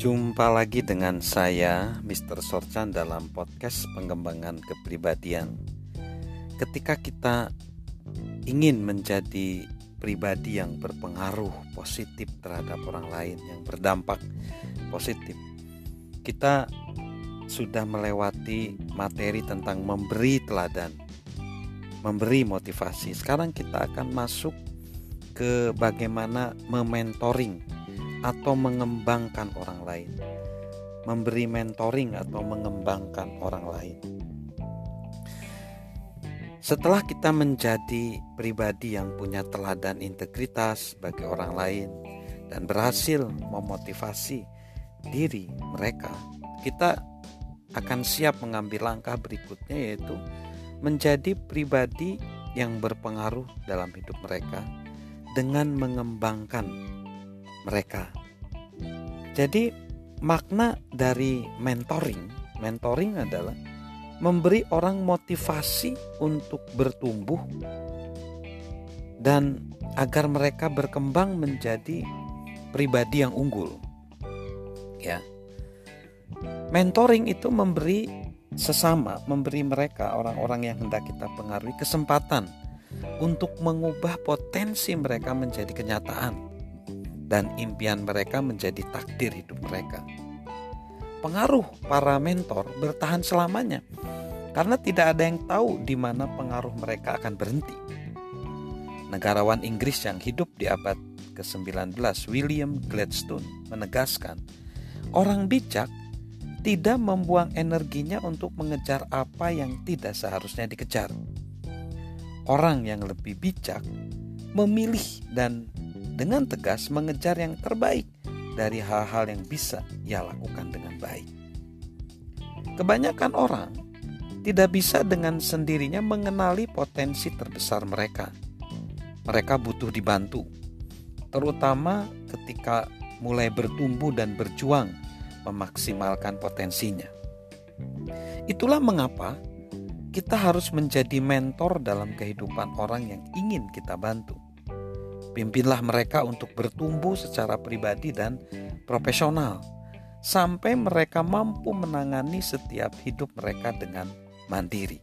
Jumpa lagi dengan saya, Mr. Sorchan, dalam podcast pengembangan kepribadian. Ketika kita ingin menjadi pribadi yang berpengaruh positif terhadap orang lain, yang berdampak positif, kita sudah melewati materi tentang memberi teladan, memberi motivasi. Sekarang kita akan masuk ke bagaimana mementoring atau mengembangkan orang lain, memberi mentoring atau mengembangkan orang lain. Setelah kita menjadi pribadi yang punya teladan integritas bagi orang lain dan berhasil memotivasi diri mereka, kita akan siap mengambil langkah berikutnya, yaitu menjadi pribadi yang berpengaruh dalam hidup mereka dengan mengembangkan mereka. Jadi makna dari mentoring adalah memberi orang motivasi untuk bertumbuh dan agar mereka berkembang menjadi pribadi yang unggul. Ya. Mentoring itu memberi mereka, orang-orang yang hendak kita pengaruhi, kesempatan untuk mengubah potensi mereka menjadi kenyataan dan impian mereka menjadi takdir hidup mereka. Pengaruh para mentor bertahan selamanya karena tidak ada yang tahu di mana pengaruh mereka akan berhenti. Negarawan Inggris yang hidup di abad ke-19, William Gladstone, menegaskan, orang bijak tidak membuang energinya untuk mengejar apa yang tidak seharusnya dikejar. Orang yang lebih bijak memilih dan dengan tegas mengejar yang terbaik dari hal-hal yang bisa ia lakukan dengan baik. Kebanyakan orang tidak bisa dengan sendirinya mengenali potensi terbesar mereka. Mereka butuh dibantu, terutama ketika mulai bertumbuh dan berjuang memaksimalkan potensinya. Itulah mengapa kita harus menjadi mentor dalam kehidupan orang yang ingin kita bantu. Pimpinlah mereka untuk bertumbuh secara pribadi dan profesional sampai mereka mampu menangani setiap hidup mereka dengan mandiri.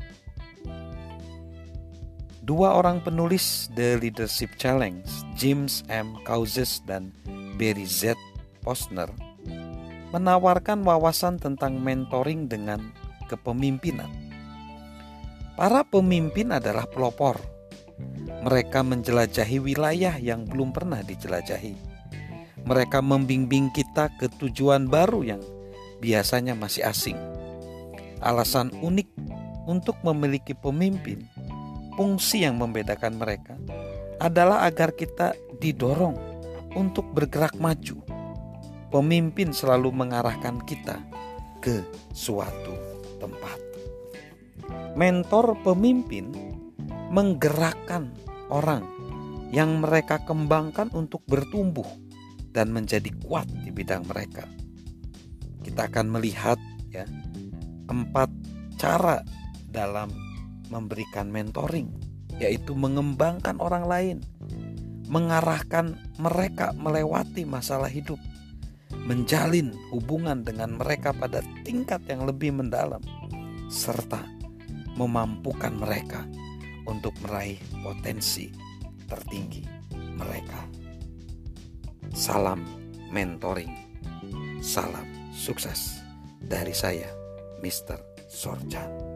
Dua orang penulis The Leadership Challenge, James M. Kouzes dan Barry Z. Posner, menawarkan wawasan tentang mentoring dengan kepemimpinan. Para pemimpin adalah pelopor. Mereka menjelajahi wilayah yang belum pernah dijelajahi. Mereka membimbing kita ke tujuan baru yang biasanya masih asing. Alasan unik untuk memiliki pemimpin, fungsi yang membedakan mereka, adalah agar kita didorong untuk bergerak maju. Pemimpin selalu mengarahkan kita ke suatu tempat. Mentor pemimpin menggerakkan orang yang mereka kembangkan untuk bertumbuh dan menjadi kuat di bidang mereka. Kita akan melihat 4 cara dalam memberikan mentoring, yaitu mengembangkan orang lain, mengarahkan mereka melewati masalah hidup, menjalin hubungan dengan mereka pada tingkat yang lebih mendalam, serta memampukan mereka untuk meraih potensi tertinggi mereka. Salam mentoring, salam sukses dari saya, Mr. Sorchan.